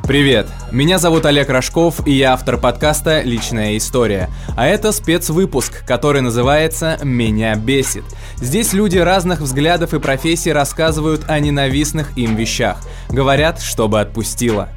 Привет, меня зовут Олег Рожков, и я автор подкаста «Личная история». А это спецвыпуск, который называется «Меня бесит». Здесь люди разных взглядов и профессий рассказывают о ненавистных им вещах. Говорят, чтобы отпустило.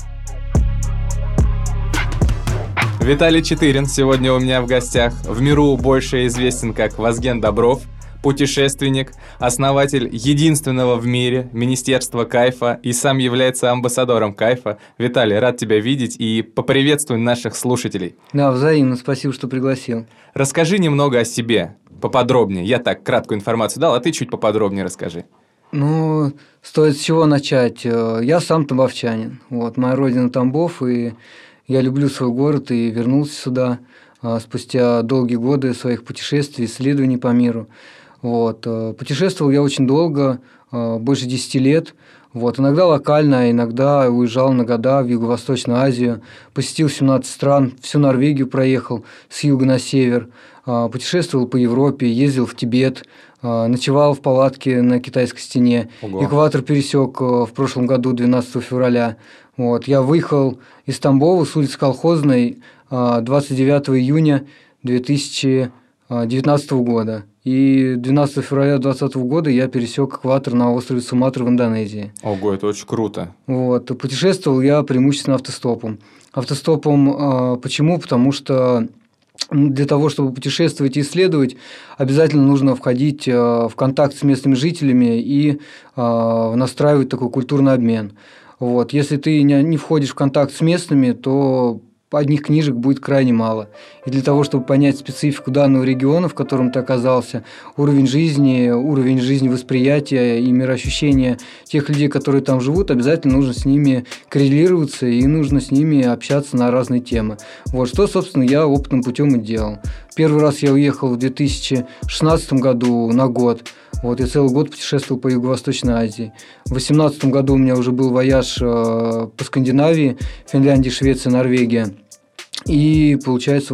Виталий Читырин сегодня у меня в гостях. В миру больше известен как Вазген Добров, путешественник, основатель единственного в мире Министерства кайфа и сам является амбассадором кайфа. Виталий, рад тебя видеть и поприветствуй наших слушателей. Да, взаимно, спасибо, что пригласил. Расскажи немного о себе, поподробнее. Я так краткую информацию дал, а ты чуть поподробнее расскажи. Ну, стоит с чего начать. Я сам тамбовчанин. Моя родина Тамбов, и я люблю свой город и вернулся сюда спустя долгие годы своих путешествий, исследований по миру. Путешествовал я очень долго, больше 10 лет. Иногда локально, иногда уезжал на года в Юго-Восточную Азию, посетил 17 стран, всю Норвегию проехал с юга на север, путешествовал по Европе, ездил в Тибет, ночевал в палатке на Китайской стене. Ого. Экватор пересек в прошлом году, 12 февраля. Я выехал из Тамбова с улицы Колхозной 29 июня 2019 года. И 12 февраля 2020 года я пересек экватор на острове Суматра в Индонезии. Ого, это очень круто. Путешествовал я преимущественно автостопом. Почему? Потому что для того, чтобы путешествовать и исследовать, обязательно нужно входить в контакт с местными жителями и настраивать такой культурный обмен. Если ты не входишь в контакт с местными, то одних книжек будет крайне мало. И для того, чтобы понять специфику данного региона, в котором ты оказался, уровень жизни восприятия и мироощущения тех людей, которые там живут, обязательно нужно с ними коррелироваться и нужно с ними общаться на разные темы. Что, собственно, я опытным путем и делал. Первый раз я уехал в 2016 году на год. Я целый год путешествовал по Юго-Восточной Азии. В 2018 году у меня уже был вояж по Скандинавии, Финляндия, Швеция, Норвегия. И, получается,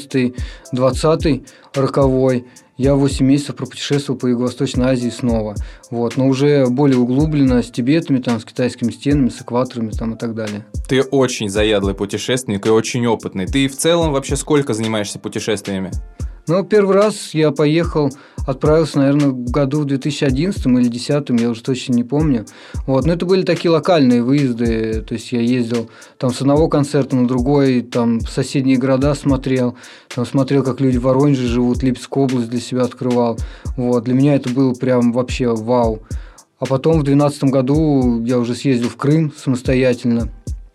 19-20 роковой я 8 месяцев пропутешествовал по Юго-Восточной Азии снова. Но уже более углубленно, с Тибетами, с китайскими стенами, с экваторами и так далее. Ты очень заядлый путешественник и очень опытный. Ты в целом вообще сколько занимаешься путешествиями? Первый раз я отправился, наверное, в году в 2011 или 2010, я уже точно не помню. Но это были такие локальные выезды, то есть я ездил с одного концерта на другой, в соседние города смотрел, как люди в Воронеже живут, Липецкую область для себя открывал. Для меня это было прям вообще вау. А потом в 2012 году я уже съездил в Крым самостоятельно,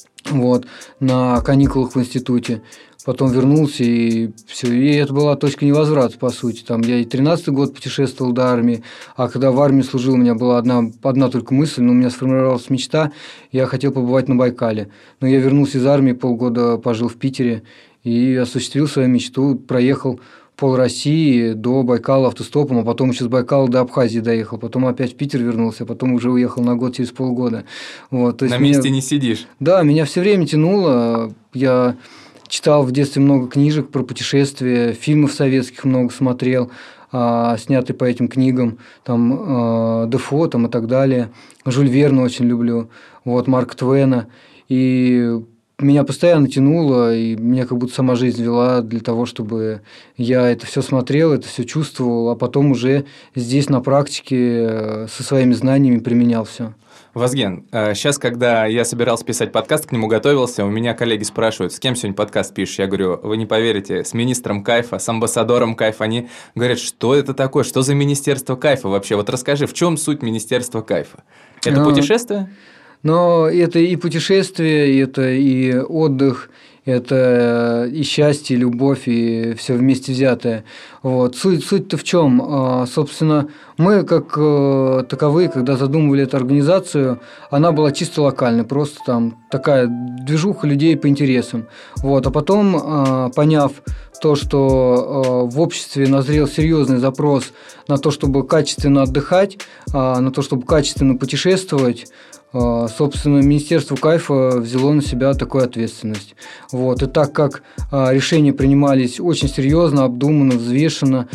на каникулах в институте. Потом вернулся, и все. И это была точка невозврата, по сути. Я и 13-й год путешествовал до армии, а когда в армии служил, у меня была одна только мысль, у меня сформировалась мечта, я хотел побывать на Байкале. Но я вернулся из армии, полгода пожил в Питере и осуществил свою мечту, проехал пол России до Байкала автостопом, а потом еще с Байкала до Абхазии доехал, потом опять в Питер вернулся, а потом уже уехал на год через полгода. То есть на месте не сидишь? Да, меня все время тянуло, я читал в детстве много книжек про путешествия, фильмов советских много смотрел, снятые по этим книгам, Дефо и так далее. Жюль Верна очень люблю, Марка Твена. И меня постоянно тянуло, и меня как будто сама жизнь вела для того, чтобы я это все смотрел, это все чувствовал, а потом уже здесь на практике со своими знаниями применял все. Вазген, сейчас, когда я собирался писать подкаст, к нему готовился, у меня коллеги спрашивают, с кем сегодня подкаст пишешь? Я говорю, вы не поверите, с министром кайфа, с амбассадором кайфа. Они говорят, что это такое, что за министерство кайфа вообще? Расскажи, в чем суть министерства кайфа? Это путешествие? Но это и путешествие, это и отдых, это и счастье, и любовь, и все вместе взятое. Суть-то в чем? Собственно, мы, как таковые, когда задумывали эту организацию, она была чисто локальной, просто такая движуха людей по интересам. А потом, поняв то, что в обществе назрел серьезный запрос на то, чтобы качественно отдыхать, на то, чтобы качественно путешествовать, собственно, Министерство кайфа взяло на себя такую ответственность. И так как решения принимались очень серьезно, обдуманно, взвешенно,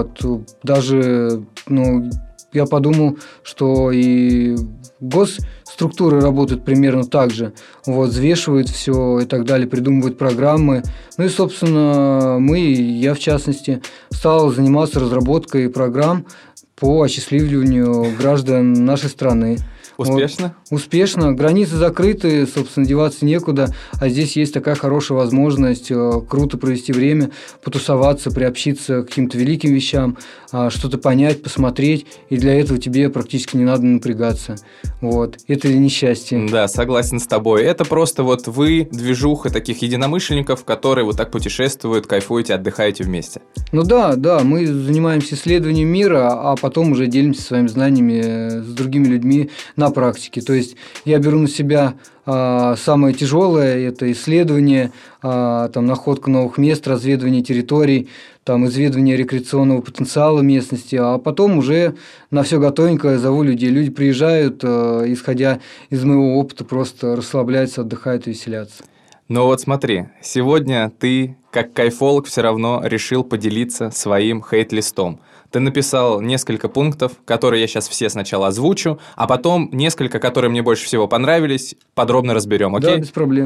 даже я подумал, что и структуры работают примерно так же. Вот, взвешивают все и так далее, придумывают программы. Ну и, собственно, я в частности, стал заниматься разработкой программ по осчастливлению граждан нашей страны. Успешно? Вот, успешно. Границы закрыты, собственно, деваться некуда. А здесь есть такая хорошая возможность круто провести время, потусоваться, приобщиться к каким-то великим вещам, что-то понять, посмотреть. И для этого тебе практически не надо напрягаться. Вот. Это несчастье. Да, согласен с тобой. Это просто вот вы, движуха таких единомышленников, которые вот так путешествуют, кайфуете, отдыхаете вместе. Ну да, мы занимаемся исследованием мира, а потом уже делимся своими знаниями с другими людьми на практике. То есть я беру на себя самое тяжелое – это исследование, находка новых мест, разведывание территорий, изведывание рекреационного потенциала местности, а потом уже на все готовенькое зову людей. Люди приезжают, исходя из моего опыта, просто расслабляются, отдыхают и веселятся. Но вот смотри, сегодня ты, как кайфолог, все равно решил поделиться своим хейт-листом. Ты написал несколько пунктов, которые я сейчас все сначала озвучу, а потом несколько, которые мне больше всего понравились, подробно разберем, окей? Да, без проблем.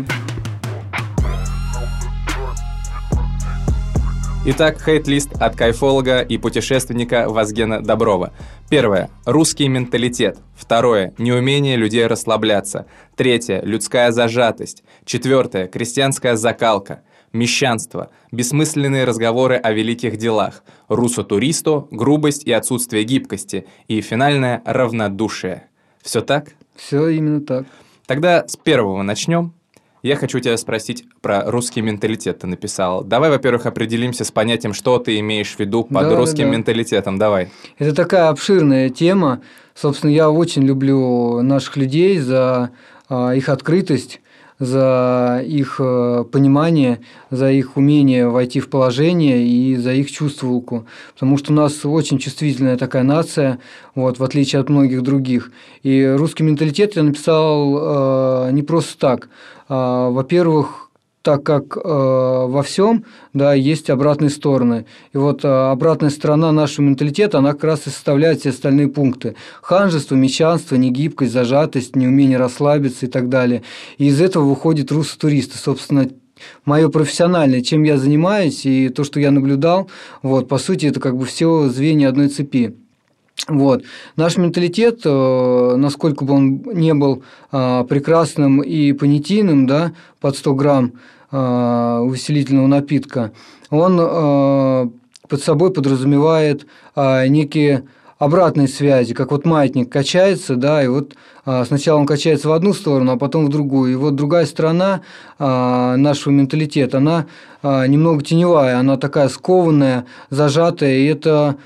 Итак, хейт-лист от кайфолога и путешественника Вазгена Доброва. Первое. Русский менталитет. Второе. Неумение людей расслабляться. Третье. Людская зажатость. Четвертое. Крестьянская закалка. Мещанство. Бессмысленные разговоры о великих делах. Руссо-туристо. Грубость и отсутствие гибкости. И финальное. Равнодушие. Все так? Все именно так. Тогда с первого начнем. Я хочу тебя спросить про русский менталитет, ты написал. Давай, во-первых, определимся с понятием, что ты имеешь в виду под русским менталитетом. Давай. Это такая обширная тема. Собственно, я очень люблю наших людей за их открытость, за их понимание, за их умение войти в положение и за их чувствовалку. Потому что у нас очень чувствительная такая нация, в отличие от многих других. И русский менталитет я написал не просто так. Во-первых, так как во всем, есть обратные стороны. И обратная сторона нашего менталитета, она как раз и составляет все остальные пункты. Ханжество, мещанство, негибкость, зажатость, неумение расслабиться и так далее. И из этого выходит руссо-туристы. Собственно, мое профессиональное, чем я занимаюсь, и то, что я наблюдал, по сути, это как бы все звенья одной цепи. Наш менталитет, насколько бы он не был прекрасным и понятийным, под 100 грамм увеселительного напитка, он под собой подразумевает некие обратные связи, как маятник качается, и сначала он качается в одну сторону, а потом в другую. И другая сторона нашего менталитета, она немного теневая, она такая скованная, зажатая, и это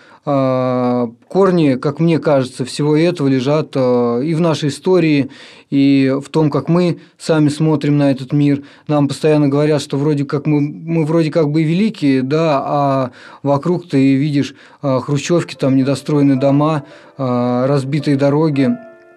корни, как мне кажется, всего этого лежат и в нашей истории, и в том, как мы сами смотрим на этот мир. Нам постоянно говорят, что вроде как мы вроде как бы и великие, а вокруг ты видишь хрущевки, недостроенные дома, разбитые дороги.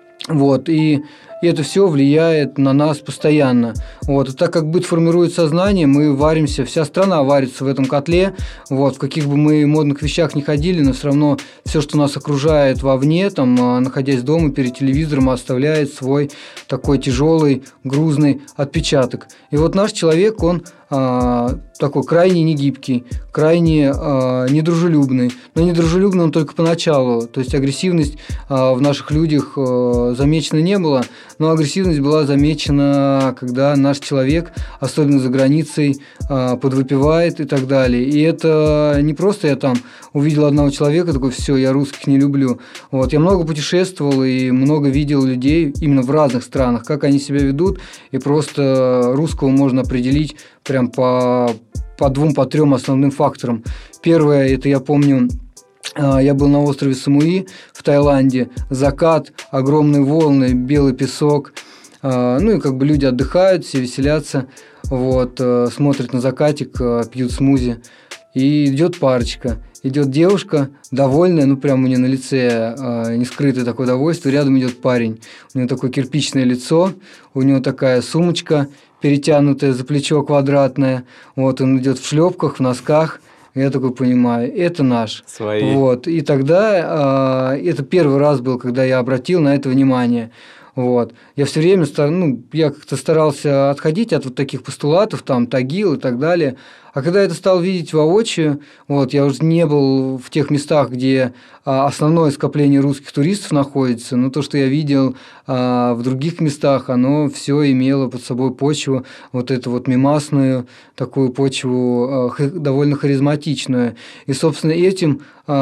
И это все влияет на нас постоянно. И так как быт формирует сознание, мы варимся, вся страна варится в этом котле. В каких бы мы модных вещах ни ходили, но все равно все, что нас окружает вовне, находясь дома перед телевизором, оставляет свой такой тяжелый, грузный отпечаток. И наш человек, он такой крайне негибкий, крайне недружелюбный. Но недружелюбный он только поначалу. То есть агрессивность в наших людях замечена не была, но агрессивность была замечена, когда наш человек, особенно за границей, подвыпивает и так далее. И это не просто я увидел одного человека, такой, все, я русских не люблю. Я много путешествовал и много видел людей именно в разных странах, как они себя ведут, и просто русского можно определить прям по 2-3 основным факторам. Первое, это я помню, я был на острове Самуи в Таиланде, закат, огромные волны, белый песок, и люди отдыхают, все веселятся, смотрят на закатик, пьют смузи, и идет парочка. Идет девушка, довольная, прям у нее на лице нескрытое такое довольство, рядом идет парень. У него такое кирпичное лицо, у него такая сумочка, перетянутая за плечо квадратная. Он идет в шлепках, в носках. Я такой понимаю, это наш. Свои. И тогда это первый раз был, когда я обратил на это внимание. Вот. Я все время я как-то старался отходить от вот таких постулатов, там, Тагил и так далее. А когда я это стал видеть воочию, я уже не был в тех местах, где основное скопление русских туристов находится, но то, что я видел в других местах, оно все имело под собой почву, вот эту вот мимасную, такую почву довольно харизматичную. И, собственно, этим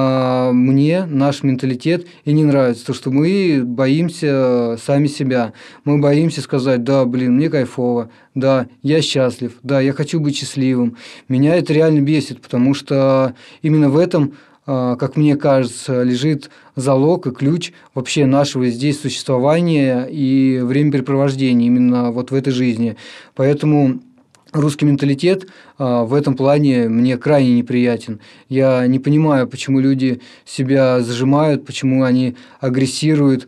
мне наш менталитет и не нравится, то, что мы боимся сами себя. Мы боимся сказать: да, мне кайфово, да, я счастлив, да, я хочу быть счастливым. Меня это реально бесит, потому что именно в этом, как мне кажется, лежит залог и ключ вообще нашего здесь существования и времяпрепровождения именно вот в этой жизни. Поэтому русский менталитет в этом плане мне крайне неприятен. Я не понимаю, почему люди себя зажимают, почему они агрессируют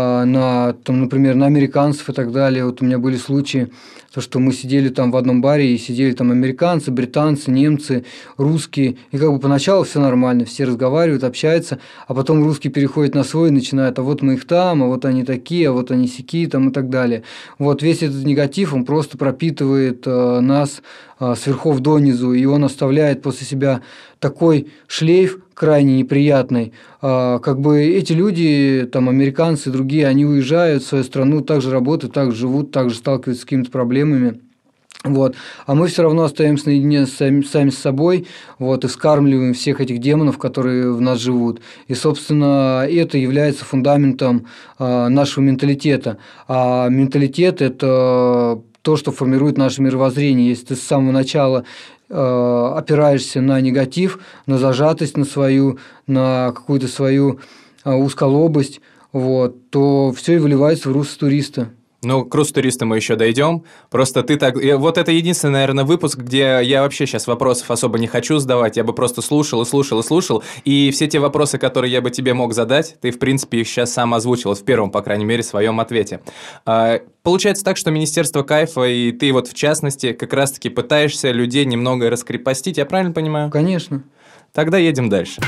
например, на американцев и так далее. Вот у меня были случаи, то, что мы сидели там в одном баре, и сидели там американцы, британцы, немцы, русские, и как бы поначалу все нормально, все разговаривают, общаются, а потом русские переходят на свой и начинают: а вот мы их там, а вот они такие, а вот они сякие там и так далее. Вот весь этот негатив, он просто пропитывает нас с верхов донизу, и он оставляет после себя такой шлейф крайне неприятный. Как бы эти люди, там, американцы и другие, они уезжают в свою страну, также работают, также живут, также сталкиваются с какими-то проблемами. Вот. А мы все равно остаемся наедине сами с собой, и вскармливаем всех этих демонов, которые в нас живут. И, собственно, это является фундаментом нашего менталитета. А менталитет – это то, что формирует наше мировоззрение. Если ты с самого начала опираешься на негатив, на зажатость, на какую-то свою узколобость, то все и выливается в русло туриста. Ну, к Рус-туристу мы еще дойдем. Просто ты так... Вот это единственный, наверное, выпуск, где я вообще сейчас вопросов особо не хочу задавать. Я бы просто слушал. И все те вопросы, которые я бы тебе мог задать, ты, в принципе, их сейчас сам озвучил. В первом, по крайней мере, своем ответе. Получается так, что Министерство кайфа, и ты в частности, как раз-таки пытаешься людей немного раскрепостить. Я правильно понимаю? Конечно. Тогда едем дальше.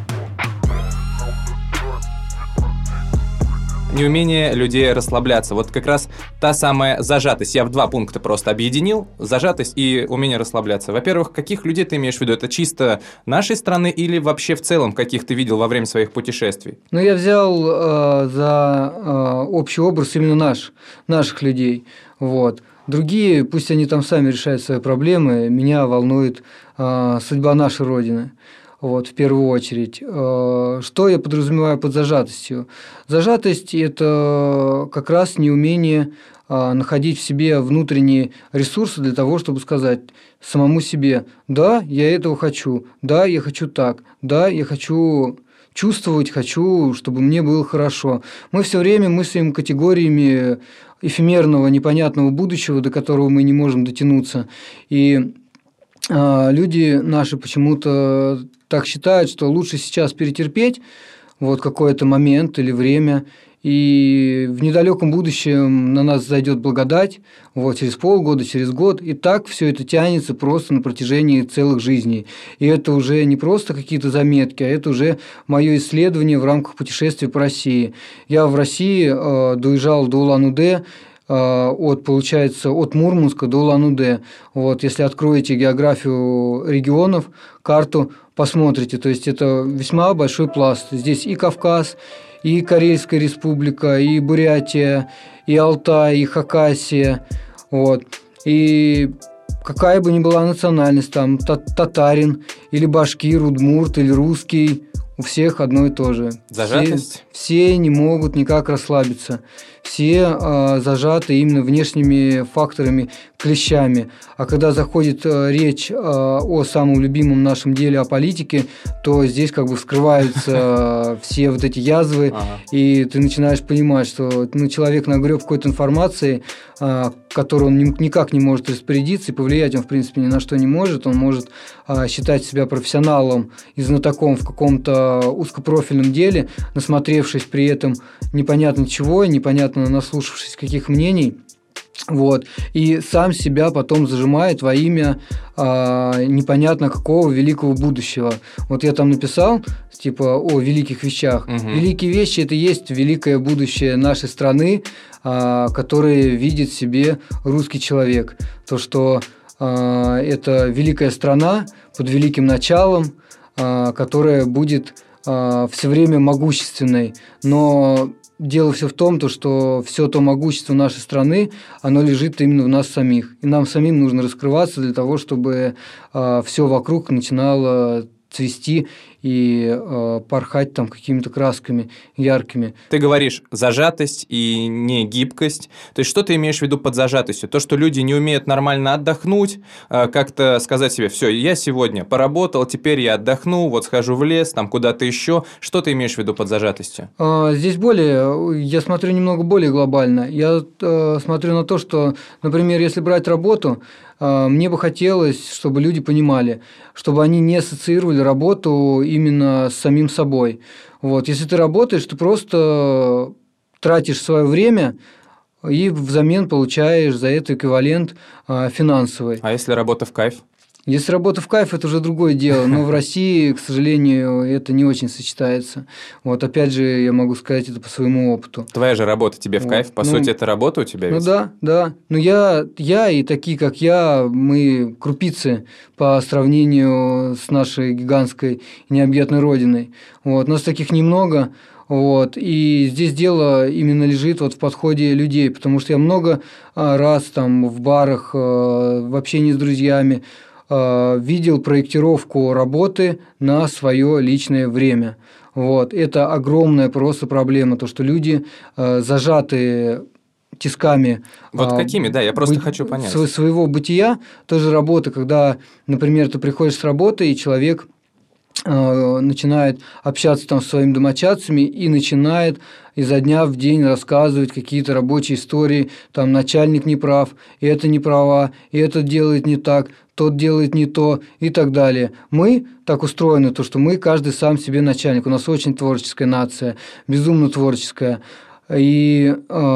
Неумение людей расслабляться. Вот как раз та самая зажатость. Я в 2 пункта просто объединил. Зажатость и умение расслабляться. Во-первых, каких людей ты имеешь в виду? Это чисто нашей страны или вообще в целом, каких ты видел во время своих путешествий? Я взял за общий образ именно наших людей. Другие, пусть они там сами решают свои проблемы, меня волнует судьба нашей Родины. В первую очередь. Что я подразумеваю под зажатостью? Зажатость – это как раз неумение находить в себе внутренние ресурсы для того, чтобы сказать самому себе: да, я этого хочу, да, я хочу так, да, я хочу чувствовать, хочу, чтобы мне было хорошо. Мы все время мыслим категориями эфемерного, непонятного будущего, до которого мы не можем дотянуться. И люди наши почему-то так считают, что лучше сейчас перетерпеть какой-то момент или время, и в недалеком будущем на нас зайдет благодать, через полгода, через год, и так все это тянется просто на протяжении целых жизней. И это уже не просто какие-то заметки, а это уже мое исследование в рамках путешествия по России. Я в России доезжал до Улан-Удэ, от Мурманска до Улан-Удэ. Если откроете географию регионов, карту, посмотрите, то есть это весьма большой пласт. Здесь и Кавказ, и Карельская республика, и Бурятия, и Алтай, и Хакасия. И какая бы ни была национальность, там татарин, или башкир, удмурт, или русский, у всех одно и то же. Зажатость? Все не могут никак расслабиться. Все зажаты именно внешними факторами, клещами. А когда заходит речь о самом любимом нашем деле, о политике, то здесь как бы вскрываются все вот эти язвы, и ты начинаешь понимать, что человек нагреб какой-то информации, которую он никак не может распорядиться, и повлиять он, в принципе, ни на что не может. Он может считать себя профессионалом и знатоком в каком-то узкопрофильном деле, насмотревшись при этом непонятно чего, непонятно наслушавшись каких мнений. Вот. И сам себя потом зажимает во имя непонятно какого великого будущего. Вот я там написал, типа, о великих вещах. Угу. Великие вещи – это и есть великое будущее нашей страны, которое видит в себе русский человек. То, что это великая страна под великим началом, которая будет все время могущественной. Но дело все в том, что все то могущество нашей страны, оно лежит именно в нас самих. И нам самим нужно раскрываться для того, чтобы все вокруг начинало цвести и порхать там какими-то красками яркими. Ты говоришь зажатость и не гибкость. То есть что ты имеешь в виду под зажатостью? То, что люди не умеют нормально отдохнуть, как-то сказать себе: все, я сегодня поработал, теперь я отдохну, вот схожу в лес, там куда-то еще. Что ты имеешь в виду под зажатостью? Здесь я смотрю немного более глобально. Я смотрю на то, что, например, если брать работу, мне бы хотелось, чтобы люди понимали, чтобы они не ассоциировали работу именно с самим собой. Вот. Если ты работаешь, ты просто тратишь свое время и взамен получаешь за это эквивалент финансовый. А если работа в кайф? Если работа в кайф, это уже другое дело, но в России, к сожалению, это не очень сочетается. Вот опять же, я могу сказать это по своему опыту. Твоя же работа тебе в кайф, по сути, это работа у тебя ведь? Да. Но я и такие, как я, мы крупицы по сравнению с нашей гигантской необъятной родиной. Вот. Нас таких немного. Вот. И здесь дело именно лежит вот в подходе людей, потому что я много раз там в барах, в общении с друзьями видел проектировку работы на свое личное время. Вот. Это огромная просто проблема, то, что люди зажаты тисками. Вот какими, да, я просто хочу понять. Своего бытия, той же работы, когда, например, ты приходишь с работы, и человек начинает общаться там с своими домочадцами и начинает изо дня в день рассказывать какие-то рабочие истории, там начальник не прав, и это не права, и это делает не так, тот делает не то и так далее. Мы так устроены, то, что мы каждый сам себе начальник. У нас очень творческая нация, безумно творческая. И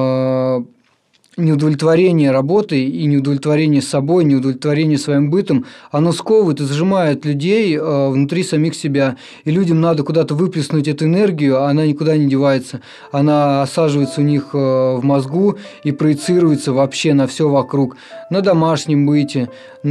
неудовлетворение работой и неудовлетворение собой, неудовлетворение своим бытом, оно сковывает и зажимает людей внутри самих себя. И людям надо куда-то выплеснуть эту энергию, а она никуда не девается. Она осаживается у них в мозгу и проецируется вообще на все вокруг. На домашнем быте,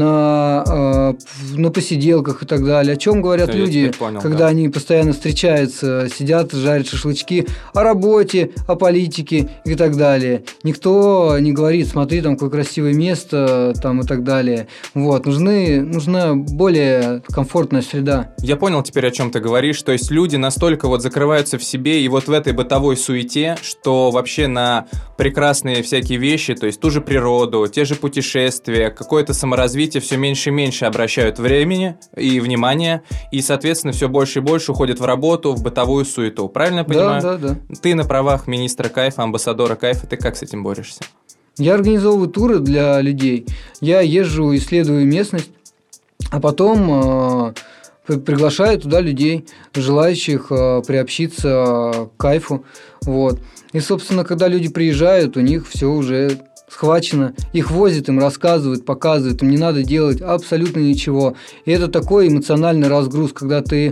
на посиделках и так далее. О чем говорят люди, когда они постоянно встречаются, сидят, жарят шашлычки, о работе, о политике и так далее. Никто не говорит: смотри, там какое красивое место, там и так далее. Вот. Нужна более комфортная среда. Я понял теперь, о чем ты говоришь. То есть люди настолько вот закрываются в себе и вот в этой бытовой суете, что вообще на прекрасные всякие вещи, то есть ту же природу, те же путешествия, какое-то саморазвитие все меньше и меньше обращают времени и внимания, и, соответственно, все больше и больше уходят в работу, в бытовую суету. Правильно я понимаю? Да. Ты на правах министра кайфа, амбассадора кайфа, ты как с этим борешься? Я организовываю туры для людей. Я езжу, исследую местность, а потом приглашаю туда людей, желающих приобщиться к кайфу. Вот. И, собственно, когда люди приезжают, у них все уже схвачено, их возят, им рассказывают, показывают, им не надо делать абсолютно ничего. И это такой эмоциональный разгруз, когда ты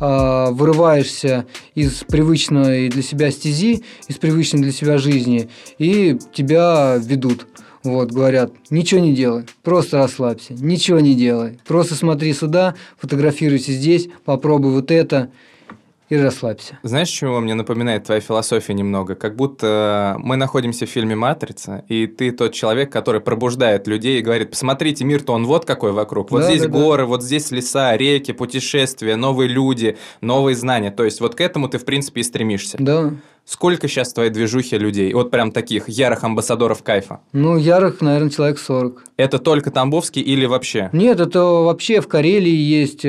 вырываешься из привычной для себя стези, из привычной для себя жизни, и тебя ведут. Вот, говорят: ничего не делай, просто расслабься, ничего не делай, просто смотри сюда, фотографируйся здесь, попробуй вот это. И расслабься. Знаешь, чего мне напоминает твоя философия немного? Как будто мы находимся в фильме «Матрица», и ты тот человек, который пробуждает людей и говорит: посмотрите, мир-то он вот какой вокруг. Вот здесь горы, вот здесь леса, реки, путешествия, новые люди, новые знания. То есть вот к этому ты, в принципе, и стремишься. Да. Сколько сейчас в твоей движухе людей? Вот прям таких ярых амбассадоров кайфа. Ярых, наверное, человек 40. Это только Тамбовский или вообще? Нет, это вообще в Карелии есть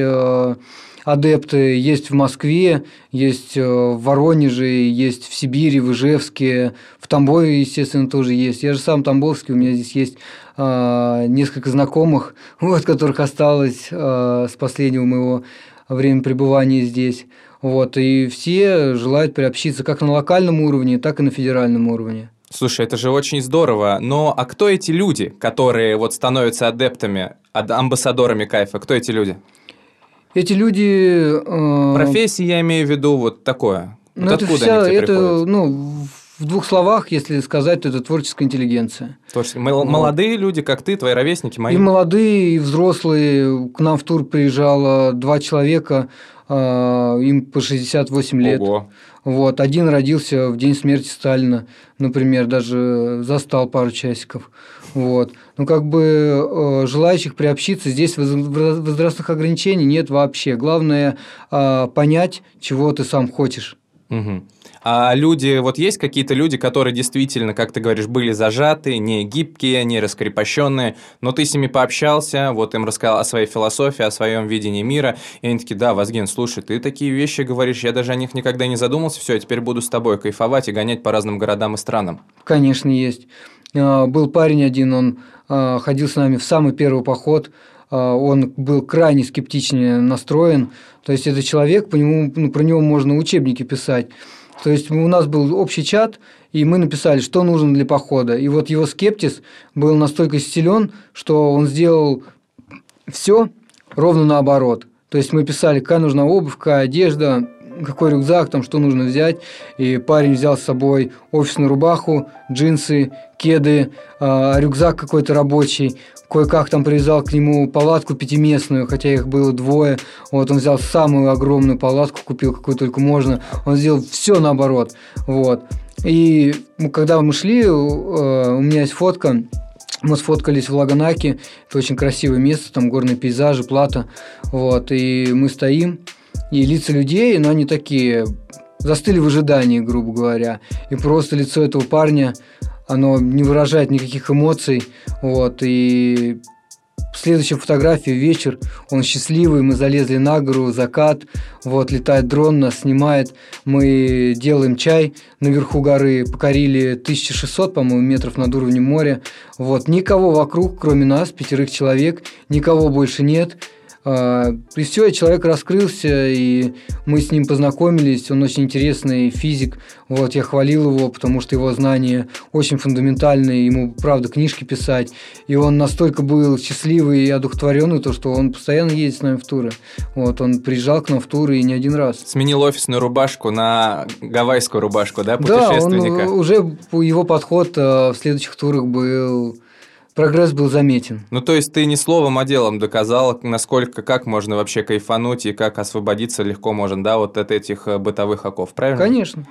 адепты, есть в Москве, есть в Воронеже, есть в Сибири, в Ижевске, в Тамбове, естественно, тоже есть. Я же сам тамбовский, у меня здесь есть несколько знакомых, которых осталось с последнего моего времени пребывания здесь. Вот, и все желают приобщиться как на локальном уровне, так и на федеральном уровне. Слушай, это же очень здорово. Но а кто эти люди, которые вот становятся адептами, амбассадорами кайфа? Кто эти люди? Эти люди... Профессии я имею в виду вот такое. Вот это откуда вся, они к тебе это, приходят? в двух словах, если сказать, то это творческая интеллигенция. Молодые люди, как ты, твои ровесники, мои. И молодые, и взрослые. К нам в тур приезжало 2 человека, им по 68 лет. Ого. Вот. Один родился в день смерти Сталина, например, даже застал пару часиков. Вот. Ну, как бы желающих приобщиться, здесь возрастных ограничений нет вообще. Главное понять, чего ты сам хочешь. Угу. А люди, вот есть какие-то люди, которые действительно, как ты говоришь, были зажаты, не гибкие, не раскрепощенные, но ты с ними пообщался, вот им рассказал о своей философии, о своем видении мира, и они такие: да, Вазген, слушай, ты такие вещи говоришь, я даже о них никогда не задумался, все, я теперь буду с тобой кайфовать и гонять по разным городам и странам. Конечно, есть. Был парень один, он ходил с нами в самый первый поход, он был крайне скептично настроен, то есть это человек, по нему, про него можно учебники писать. То есть у нас был общий чат, и мы написали, что нужно для похода. И вот его скепсис был настолько силен, что он сделал все ровно наоборот. То есть мы писали, какая нужна обувь, какая одежда, какой рюкзак, там, что нужно взять. И парень взял с собой офисную рубаху, джинсы, кеды, рюкзак какой-то рабочий. Кое-как там привязал к нему палатку 5-местную, хотя их было 2. Вот он взял самую огромную палатку, купил какую только можно. Он сделал все наоборот. Вот. И когда мы шли, у меня есть фотка. Мы сфоткались в Лаганаке. Это очень красивое место, там горные пейзажи, плато. Вот. И мы стоим, и лица людей, но они такие застыли в ожидании, грубо говоря. И просто лицо этого парня, оно не выражает никаких эмоций. Вот. И следующая фотография, вечер, он счастливый, мы залезли на гору, закат, вот, летает дрон, нас снимает, мы делаем чай наверху горы, покорили 1600, по-моему, метров над уровнем моря. Вот. Никого вокруг, кроме нас, 5 человек, никого больше нет. И все, человек раскрылся, и мы с ним познакомились, он очень интересный физик, вот, я хвалил его, потому что его знания очень фундаментальные, ему, правда, книжки писать, и он настолько был счастливый и одухотворенный, то, что он постоянно едет с нами в туры, вот, он приезжал к нам в туры и не один раз. Сменил офисную рубашку на гавайскую рубашку, да, путешественника? Да, он уже, его подход в следующих турах был... Прогресс был заметен. Ну, то есть ты не словом, а делом доказал, насколько, как можно вообще кайфануть и как освободиться легко можно, да, вот от этих бытовых оков, правильно? Конечно.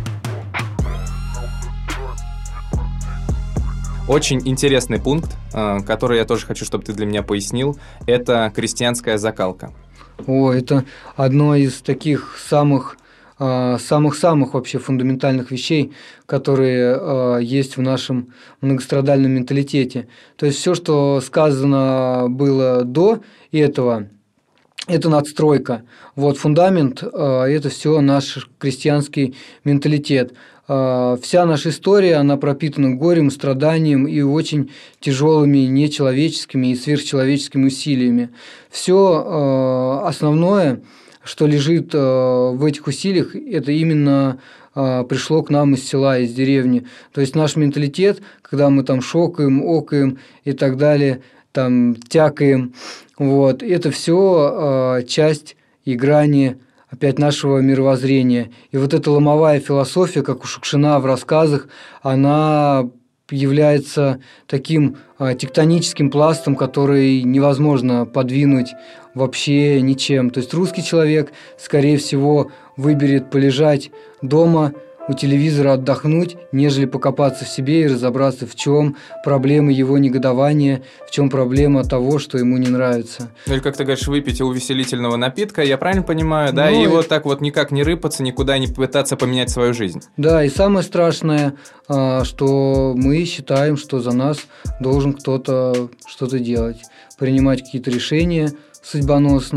Очень интересный пункт, который я тоже хочу, чтобы ты для меня пояснил, это крестьянская закалка. Это одно из таких самых вообще фундаментальных вещей, которые есть в нашем многострадальном менталитете. То есть все, что сказано было до этого, это надстройка. Вот фундамент – это все наш крестьянский менталитет. Вся наша история, она пропитана горем, страданием и очень тяжелыми нечеловеческими и сверхчеловеческими усилиями. Все основное, что лежит в этих усилиях, это именно пришло к нам из села, из деревни. То есть наш менталитет, когда мы там шокаем, окаем и так далее, там тякаем, вот, это все часть и грани опять нашего мировоззрения. И вот эта ломовая философия, как у Шукшина в рассказах, она является таким тектоническим пластом, который невозможно подвинуть вообще ничем. То есть русский человек, скорее всего, выберет полежать дома у телевизора, отдохнуть, нежели покопаться в себе и разобраться, в чем проблема его негодования, в чем проблема того, что ему не нравится. Ну или, как ты говоришь, выпить увеселительного напитка, я правильно понимаю, да? И вот так вот никак не рыпаться, никуда не пытаться поменять свою жизнь. Да, и самое страшное, что мы считаем, что за нас должен кто-то что-то делать, принимать какие-то решения судьбоносные,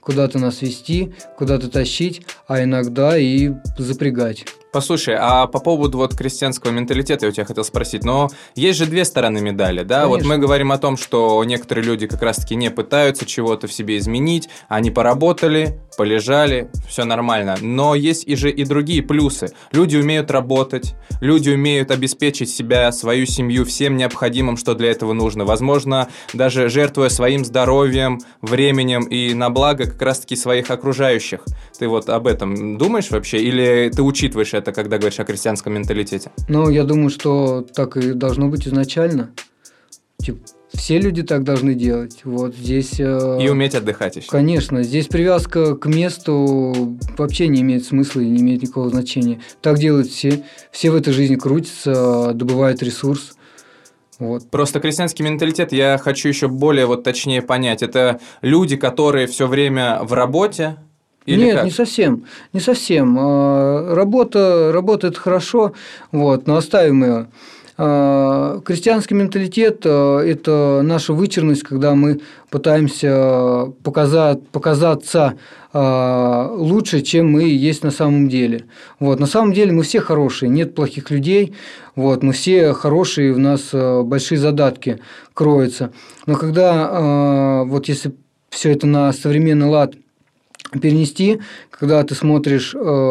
куда-то нас вести, куда-то тащить, а иногда и запрягать. Послушай, а по поводу вот крестьянского менталитета я у тебя хотел спросить, но есть же две стороны медали, да? Конечно. Вот мы говорим о том, что некоторые люди как раз-таки не пытаются чего-то в себе изменить, они поработали, полежали, все нормально, но есть и другие плюсы. Люди умеют работать, люди умеют обеспечить себя, свою семью всем необходимым, что для этого нужно, возможно, даже жертвуя своим здоровьем, временем и на благо как раз-таки своих окружающих. Ты вот об этом думаешь вообще или ты учитываешь это, когда говоришь о крестьянском менталитете? Ну, я думаю, что так и должно быть изначально. Типа, все люди так должны делать. Вот здесь... И уметь отдыхать еще. Конечно. Здесь привязка к месту вообще не имеет смысла и не имеет никакого значения. Так делают все. Все в этой жизни крутятся, добывают ресурс. Вот. Просто крестьянский менталитет я хочу еще более вот точнее понять. Это люди, которые все время в работе? Или нет, как? не совсем. Не совсем. Работа это хорошо, вот, но оставим ее. Крестьянский менталитет – это наша вычурность, когда мы пытаемся показаться лучше, чем мы есть на самом деле. Вот. На самом деле мы все хорошие, нет плохих людей, вот. Мы все хорошие, у нас большие задатки кроются. Но когда, вот если все это на современный лад перенести, когда ты смотришь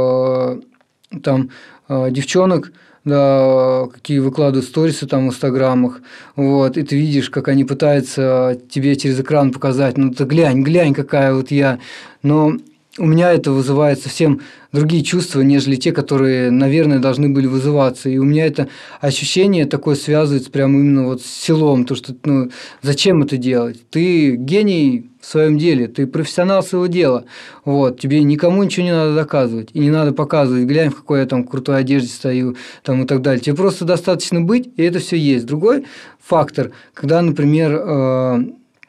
там девчонок, да, какие выкладывают сторисы там в инстаграмах, вот, и ты видишь, как они пытаются тебе через экран показать, ну ты глянь, какая вот я, но у меня это вызывает совсем другие чувства, нежели те, которые, наверное, должны были вызываться. И у меня это ощущение такое связывается прямо именно вот с селом, то, что ну, зачем это делать? Ты гений в своем деле, ты профессионал своего дела, вот, тебе никому ничего не надо доказывать, и не надо показывать, глянь, в какой я там крутой одежде стою, там и так далее. Тебе просто достаточно быть, и это все есть. Другой фактор, когда, например,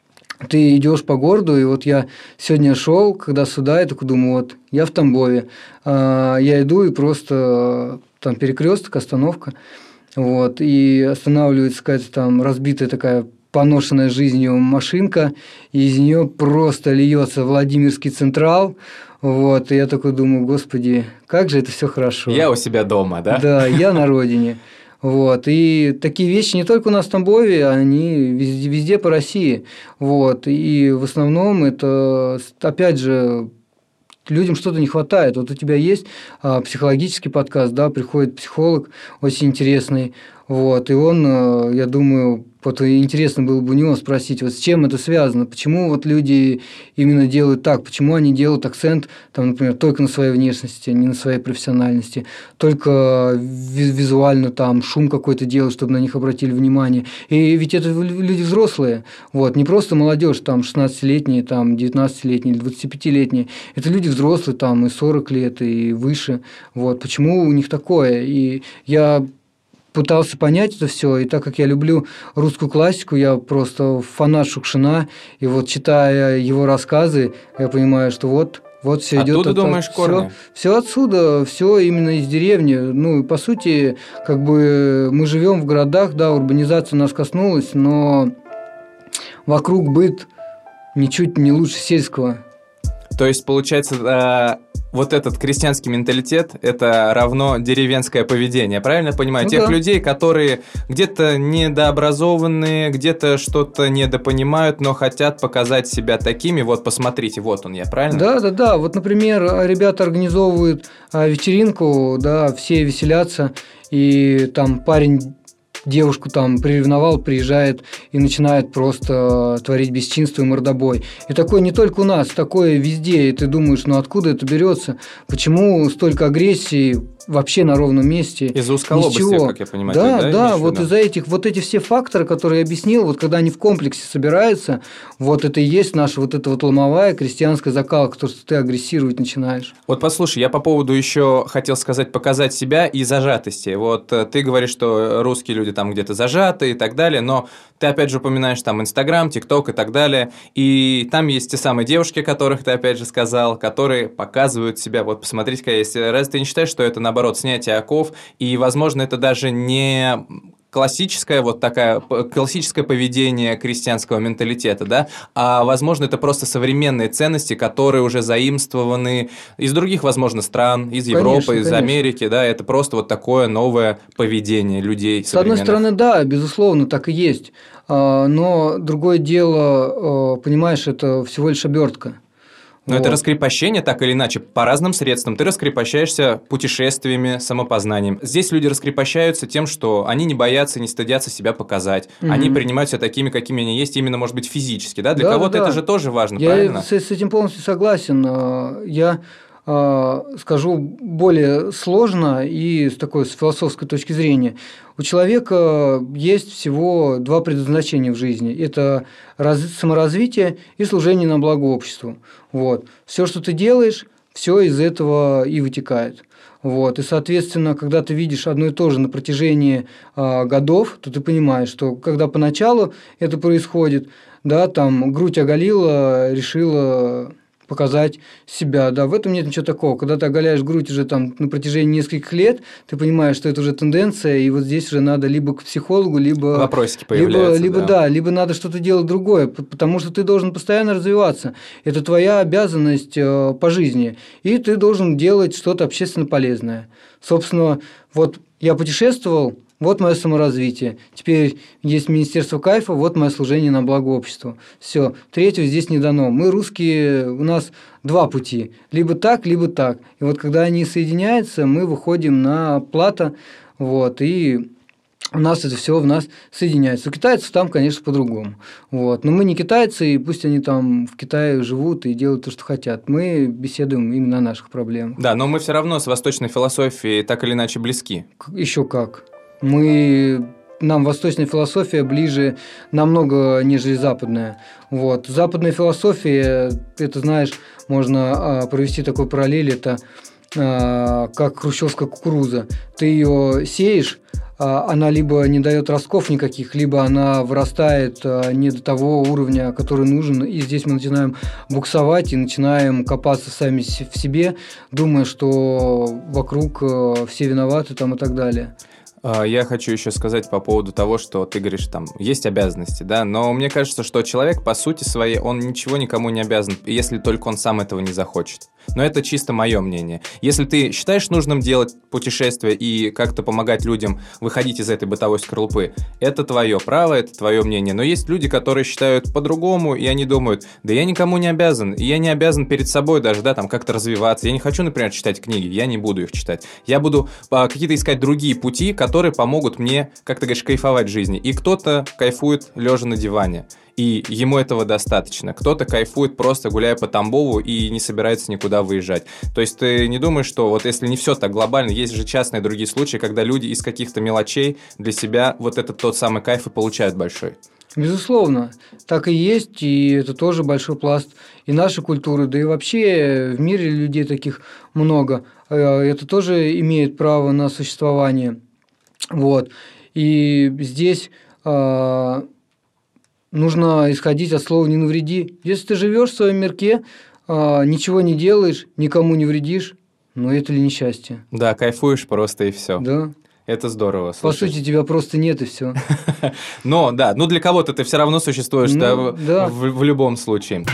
ты идешь по городу, и вот я сегодня шел, когда сюда, я такой думаю, вот, я в Тамбове, я иду, и просто там перекресток, остановка, вот, и останавливается какая-то там разбитая такая поношенная жизнью машинка, и из нее просто льется Владимирский Централ, вот, и я такой думаю, господи, как же это все хорошо. Я у себя дома, да? Да, я на родине. Вот. И такие вещи не только у нас в Тамбове, они везде по России. Вот. И в основном это, опять же, людям что-то не хватает. Вот у тебя есть психологический подкаст, да, приходит психолог очень интересный, вот, и он, я думаю, вот интересно было бы у него спросить, вот с чем это связано, почему вот люди именно делают так, почему они делают акцент, там, например, только на своей внешности, не на своей профессиональности, только визуально там шум какой-то делают, чтобы на них обратили внимание. И ведь это люди взрослые, вот, не просто молодежь, там, 16-летние, там, 19-летние или 25-летние, это люди взрослые, там, и 40 лет, и выше, вот, почему у них такое, и я пытался понять это все, и так как я люблю русскую классику, я просто фанат Шукшина, и вот читая его рассказы, я понимаю, что вот все идет. Оттуда, думаешь, корни? Все отсюда, все именно из деревни. Ну, и по сути, как бы мы живем в городах, да, урбанизация нас коснулась, но вокруг быт ничуть не лучше сельского. То есть, получается, вот этот крестьянский менталитет – это равно деревенское поведение, правильно я понимаю? Ну, тех да. людей, которые где-то недообразованные, где-то что-то недопонимают, но хотят показать себя такими. Вот, посмотрите, вот он я, правильно? Да. Вот, например, ребята организовывают вечеринку, да, все веселятся, и там парень девушку там приревновал, приезжает и начинает просто творить бесчинство и мордобой. И такое не только у нас, такое везде. И ты думаешь, ну откуда это берется? Почему столько агрессии вообще на ровном месте? Из-за узколобости, как я понимаю. Да, вот из-за этих, вот эти все факторы, которые я объяснил, вот когда они в комплексе собираются, вот это и есть наша вот эта вот ломовая крестьянская закалка, то, что ты агрессировать начинаешь. Вот послушай, я по поводу еще хотел сказать, показать себя и зажатости. Вот ты говоришь, что русские люди там где-то зажаты и так далее, но ты опять же упоминаешь там Инстаграм, ТикТок и так далее, и там есть те самые девушки, которых ты опять же сказал, которые показывают себя, вот посмотрите, какая есть. Разве ты не считаешь, что это наоборот снятие оков, и возможно это даже не классическое классическое поведение крестьянского менталитета, да, а возможно это просто современные ценности, которые уже заимствованы из других, возможно, стран, из Европы, из Америки, да, это просто вот такое новое поведение людей современных. С одной стороны, да, безусловно, так и есть, но другое дело, понимаешь, это всего лишь обертка. Но это раскрепощение, так или иначе, по разным средствам. Ты раскрепощаешься путешествиями, самопознанием. Здесь люди раскрепощаются тем, что они не боятся, не стыдятся себя показать. Они принимают себя такими, какими они есть, именно, может быть, физически. Да? Для кого-то это же тоже важно, правильно? Я с этим полностью согласен. Я скажу более сложно и с философской точки зрения. У человека есть всего два предназначения в жизни. Это саморазвитие и служение на благо обществу. Вот. Все, что ты делаешь, все из этого и вытекает. Вот. И, соответственно, когда ты видишь одно и то же на протяжении годов, то ты понимаешь, что когда поначалу это происходит, да, там грудь оголила, решила показать себя, да, в этом нет ничего такого. Когда ты оголяешь грудь уже там на протяжении нескольких лет, ты понимаешь, что это уже тенденция, и вот здесь уже надо либо к психологу, либо вопросики появляются, либо надо что-то делать другое, потому что ты должен постоянно развиваться. Это твоя обязанность по жизни, и ты должен делать что-то общественно полезное. Собственно, вот я путешествовал, вот мое саморазвитие. Теперь есть Министерство кайфа, вот мое служение на благо обществу. Все, третьего здесь не дано. Мы, русские, у нас два пути. Либо так, либо так. И вот когда они соединяются, мы выходим на плато, вот, и у нас это все в нас соединяется. У китайцев там, конечно, по-другому. Вот. Но мы не китайцы, и пусть они там в Китае живут и делают то, что хотят. Мы беседуем именно о наших проблемах. Да, но мы все равно с восточной философией так или иначе близки. Еще как. Нам восточная философия ближе намного, нежели западная. Вот. Западная философия, это, знаешь, можно провести такой параллель, это как хрущевская кукуруза. Ты ее сеешь, она либо не дает ростков никаких, либо она вырастает не до того уровня, который нужен, и здесь мы начинаем буксовать и начинаем копаться сами в себе, думая, что вокруг все виноваты там и так далее. Я хочу еще сказать по поводу того, что ты говоришь, там есть обязанности, да, но мне кажется, что человек по сути своей, он ничего никому не обязан, если только он сам этого не захочет. Но это чисто мое мнение. Если ты считаешь нужным делать путешествия и как-то помогать людям выходить из этой бытовой скорлупы, это твое право, это твое мнение. Но есть люди, которые считают по-другому, и они думают, да я никому не обязан, и я не обязан перед собой даже, да, там как-то развиваться. Я не хочу, например, читать книги, я не буду их читать. Я буду какие-то искать другие пути, которые помогут мне, как ты говоришь, кайфовать в жизни. И кто-то кайфует лежа на диване, и ему этого достаточно. Кто-то кайфует просто гуляя по Тамбову и не собирается никуда выезжать. То есть ты не думаешь, что вот если не все так глобально, есть же частные другие случаи, когда люди из каких-то мелочей для себя вот этот тот самый кайф и получают большой. Безусловно, так и есть, и это тоже большой пласт и нашей культуры, да и вообще в мире людей таких много. Это тоже имеет право на существование. Вот. И здесь нужно исходить от слова «не навреди». Если ты живешь в своем мирке, ничего не делаешь, никому не вредишь, ну это ли несчастье? Да, кайфуешь просто и все. Да. Это здорово. По сути, тебя просто нет и все. Но да, ну для кого-то ты все равно существуешь, да, в любом случае.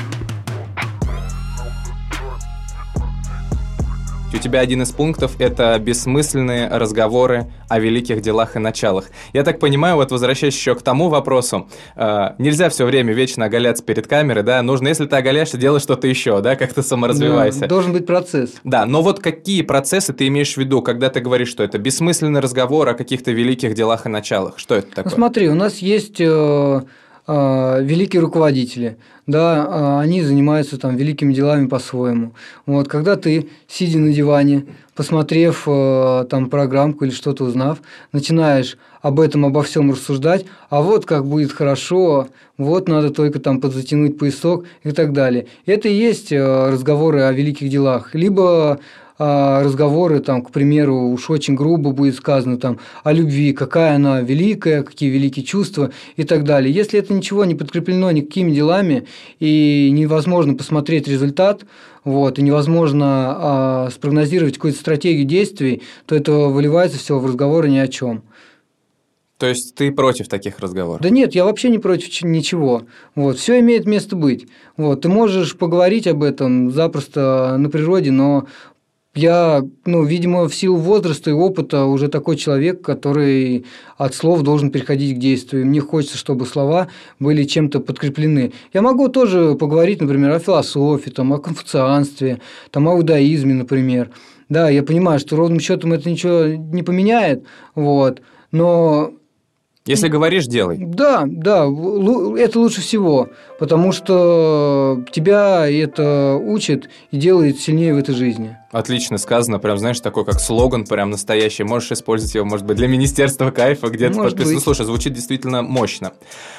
У тебя один из пунктов – это бессмысленные разговоры о великих делах и началах. Я так понимаю, вот возвращаясь еще к тому вопросу, нельзя все время вечно оголяться перед камерой, да, нужно, если ты оголяешься, делать что-то еще, да, как-то саморазвивайся. Да, должен быть процесс. Да, но вот какие процессы ты имеешь в виду, когда ты говоришь, что это бессмысленный разговор о каких-то великих делах и началах? Что это такое? Ну, смотри, у нас есть великие руководители, да, они занимаются там великими делами по-своему. Вот, когда ты, сидя на диване, посмотрев там программку или что-то узнав, начинаешь обо всем рассуждать, а вот как будет хорошо, вот надо только там подзатянуть поясок и так далее. Это и есть разговоры о великих делах. Либо разговоры, там, к примеру, уж очень грубо будет сказано там, о любви, какая она великая, какие великие чувства и так далее. Если это ничего не подкреплено никакими делами и невозможно посмотреть результат, вот, и невозможно спрогнозировать какую-то стратегию действий, то это выливается все в разговоры ни о чем. То есть ты против таких разговоров? Да нет, я вообще не против ничего. Вот, все имеет место быть. Вот, ты можешь поговорить об этом запросто на природе, но я, видимо, в силу возраста и опыта уже такой человек, который от слов должен переходить к действию. Мне хочется, чтобы слова были чем-то подкреплены. Я могу тоже поговорить, например, о философии, о конфуцианстве, о иудаизме, например. Да, я понимаю, что ровным счетом это ничего не поменяет, вот, но... Если говоришь, делай. Да, это лучше всего, потому что тебя это учит и делает сильнее в этой жизни. Отлично сказано, прям, знаешь, такой как слоган, прям настоящий. Можешь использовать его, может быть, для Министерства кайфа, где-то подписано. Слушай, звучит действительно мощно.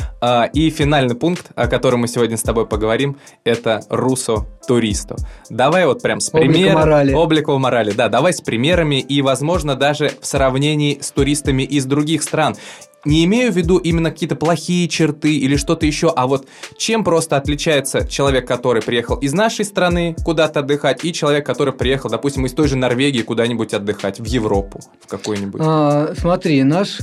И финальный пункт, о котором мы сегодня с тобой поговорим, это «Руссо туристо». Давай вот прям с примером. Облико морали. Да, давай с примерами и, возможно, даже в сравнении с туристами из других стран. Не имею в виду именно какие-то плохие черты или что-то еще, а вот чем просто отличается человек, который приехал из нашей страны куда-то отдыхать, и человек, который приехал, допустим, из той же Норвегии куда-нибудь отдыхать, в Европу, в какую-нибудь. Смотри, наш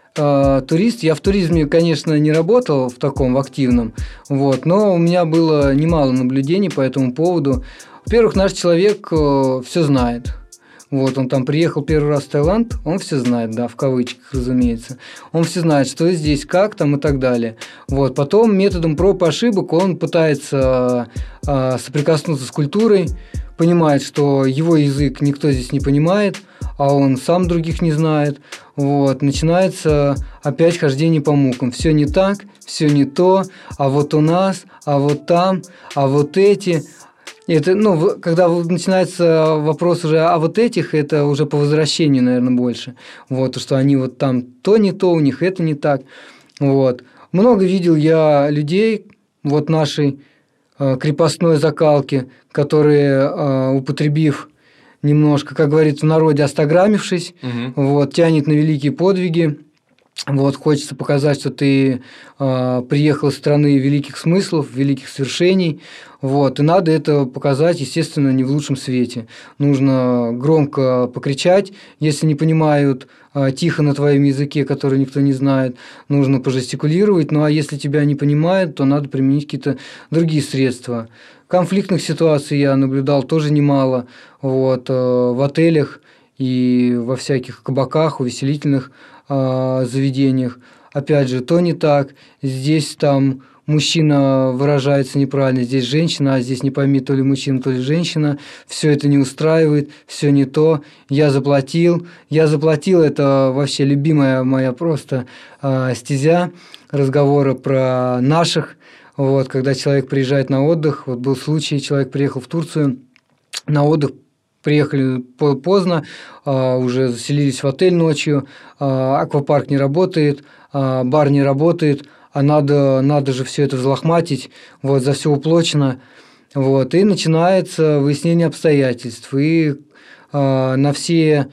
турист, я в туризме, конечно, не работал в таком, в активном, вот, но у меня было немало наблюдений по этому поводу. Во-первых, наш человек все знает. Вот, он там приехал первый раз в Таиланд, он все знает, да, в кавычках, разумеется. Он все знает, что здесь, как там и так далее. Вот, потом методом проб и ошибок он пытается соприкоснуться с культурой, понимает, что его язык никто здесь не понимает, а он сам других не знает. Вот, начинается опять хождение по мукам. Все не так, все не то, а вот у нас, а вот там, а вот эти... Это, когда начинается вопрос уже о вот этих, это уже по возвращению, наверное, больше. Вот, что они вот там то не то, у них это не так. Вот. Много видел я людей вот нашей крепостной закалки, которые, употребив немножко, как говорится в народе, остаграмившись, вот, тянет на великие подвиги. Вот, хочется показать, что ты приехал из страны великих смыслов, великих свершений. Вот, и надо это показать, естественно, не в лучшем свете. Нужно громко покричать, если не понимают, тихо на твоем языке, который никто не знает. Нужно пожестикулировать. Ну, а если тебя не понимают, то надо применить какие-то другие средства. Конфликтных ситуаций я наблюдал тоже немало. Вот, в отелях и во всяких кабаках, увеселительных заведениях. Опять же, то не так. Здесь там мужчина выражается неправильно, здесь женщина, а здесь не пойми, то ли мужчина, то ли женщина. Все это не устраивает, все не то. Я заплатил. Это вообще любимая моя просто стезя разговора про наших. Вот, когда человек приезжает на отдых, вот был случай, человек приехал в Турцию на отдых, приехали поздно, уже заселились в отель ночью, аквапарк не работает, бар не работает, а надо же все это взлохматить, вот, за все уплочено. Вот, и начинается выяснение обстоятельств. И на все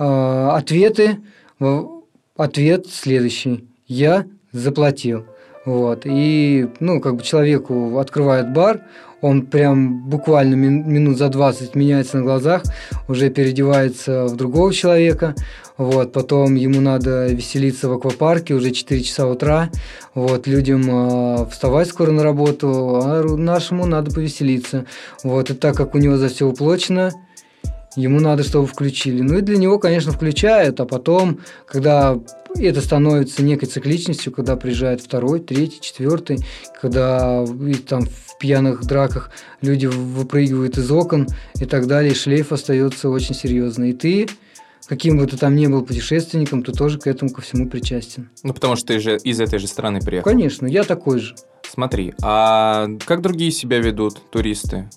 ответы ответ следующий: я заплатил. Вот, и, человеку открывает бар, он прям буквально минут за 20 меняется на глазах, уже переодевается в другого человека, вот, потом ему надо веселиться в аквапарке, уже 4 часа утра, вот, людям вставать скоро на работу, а нашему надо повеселиться, вот, и так как у него за все уплочено, ему надо, чтобы включили. Ну и для него, конечно, включают, а потом, когда это становится некой цикличностью, когда приезжает второй, третий, четвертый, когда там в пьяных драках люди выпрыгивают из окон и так далее, шлейф остается очень серьезный. И ты, каким бы ты там ни был путешественником, ты тоже к этому ко всему причастен. Ну, потому что ты же из этой же страны приехал. Конечно, я такой же. Смотри, а как другие себя ведут туристы?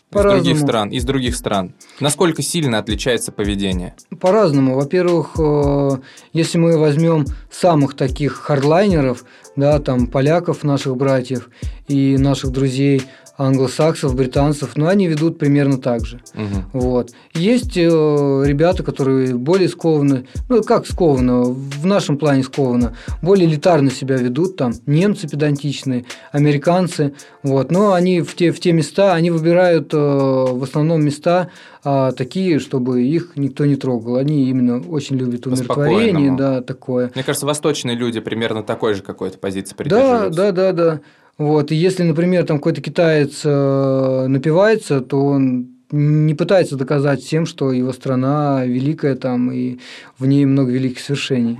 Из других стран. Насколько сильно отличается поведение? По-разному. Во-первых, если мы возьмем самых таких хардлайнеров, да, там поляков, наших братьев и наших друзей англосаксов, британцев, но они ведут примерно так же. Вот. Есть ребята, которые более скованно, ну как скованно, в нашем плане скованно, более элитарно себя ведут, там немцы педантичные, американцы, вот. Но они в те места, они выбирают в основном места такие, чтобы их никто не трогал. Они именно очень любят умиротворение, да, такое. Мне кажется, восточные люди примерно такой же какой-то позиции придерживаются. Да. Вот. И если, например, там какой-то китаец напивается, то он не пытается доказать всем, что его страна великая там, и в ней много великих свершений.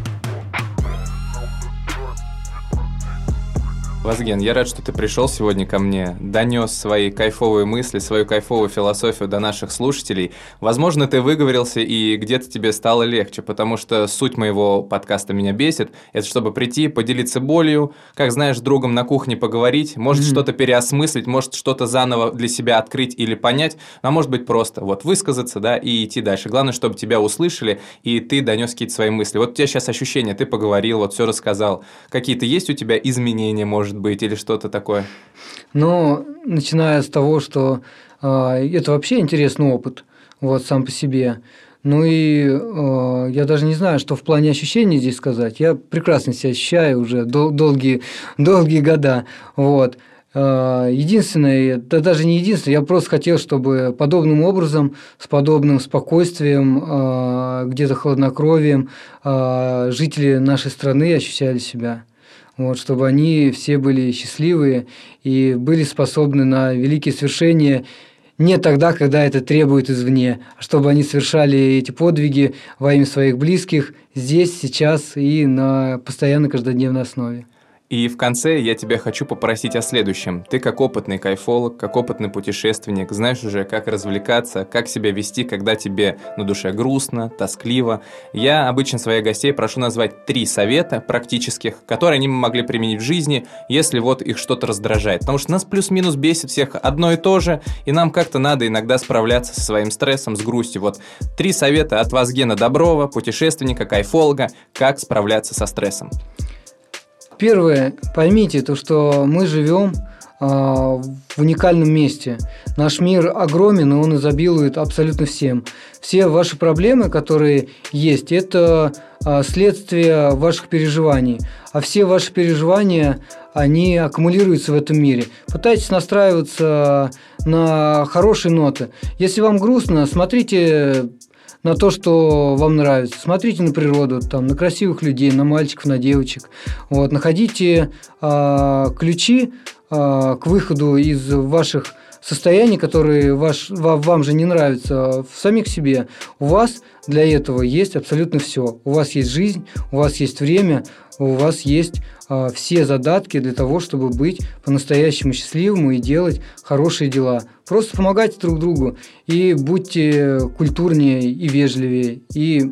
Вазген, я рад, что ты пришел сегодня ко мне, донес свои кайфовые мысли, свою кайфовую философию до наших слушателей. Возможно, ты выговорился и где-то тебе стало легче, потому что суть моего подкаста «Меня бесит» — это чтобы прийти, поделиться болью, как знаешь, с другом на кухне поговорить, может что-то переосмыслить, может что-то заново для себя открыть или понять, а может быть просто вот высказаться, да, и идти дальше. Главное, чтобы тебя услышали, и ты донес какие-то свои мысли. Вот у тебя сейчас ощущения, ты поговорил, вот все рассказал. Какие-то есть у тебя изменения, может быть, или что-то такое? Ну, начиная с того, что это вообще интересный опыт, вот сам по себе. Ну и я даже не знаю, что в плане ощущений здесь сказать. Я прекрасно себя ощущаю уже долгие года. Вот. Единственное, да даже не единственное, я просто хотел, чтобы подобным образом, с подобным спокойствием, где-то хладнокровием жители нашей страны ощущали себя. Вот, чтобы они все были счастливые и были способны на великие свершения не тогда, когда это требует извне, а чтобы они совершали эти подвиги во имя своих близких здесь, сейчас и на постоянно каждодневной основе. И в конце я тебя хочу попросить о следующем. Ты как опытный кайфолог, как опытный путешественник, знаешь уже, как развлекаться, как себя вести, когда тебе на душе грустно, тоскливо. Я обычно своих гостей прошу назвать 3 совета практических, которые они могли применить в жизни, если вот их что-то раздражает. Потому что нас плюс-минус бесит всех одно и то же, и нам как-то надо иногда справляться со своим стрессом, с грустью. Вот 3 совета от Вазгена Доброва, путешественника, кайфолога, как справляться со стрессом. Первое, поймите то, что мы живем в уникальном месте. Наш мир огромен, и он изобилует абсолютно всем. Все ваши проблемы, которые есть, это следствие ваших переживаний. А все ваши переживания, они аккумулируются в этом мире. Пытайтесь настраиваться на хорошие ноты. Если вам грустно, смотрите на то, что вам нравится. Смотрите на природу, там, на красивых людей, на мальчиков, на девочек. Вот, находите ключи к выходу из ваших состояний, которые вам же не нравятся, в самих себе. У вас для этого есть абсолютно все. У вас есть жизнь, у вас есть время, у вас есть все задатки для того, чтобы быть по-настоящему счастливым и делать хорошие дела. Просто помогайте друг другу и будьте культурнее и вежливее, и,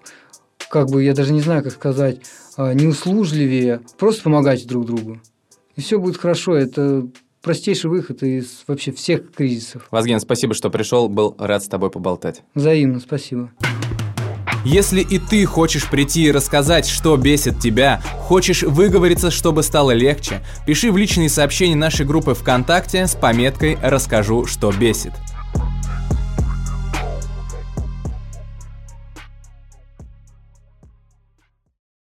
я даже не знаю, как сказать, неуслужливее. Просто помогайте друг другу. И все будет хорошо. Это простейший выход из вообще всех кризисов. Вазген, спасибо, что пришел. Был рад с тобой поболтать. Взаимно, спасибо. Если и ты хочешь прийти и рассказать, что бесит тебя, хочешь выговориться, чтобы стало легче, пиши в личные сообщения нашей группы ВКонтакте с пометкой «Расскажу, что бесит».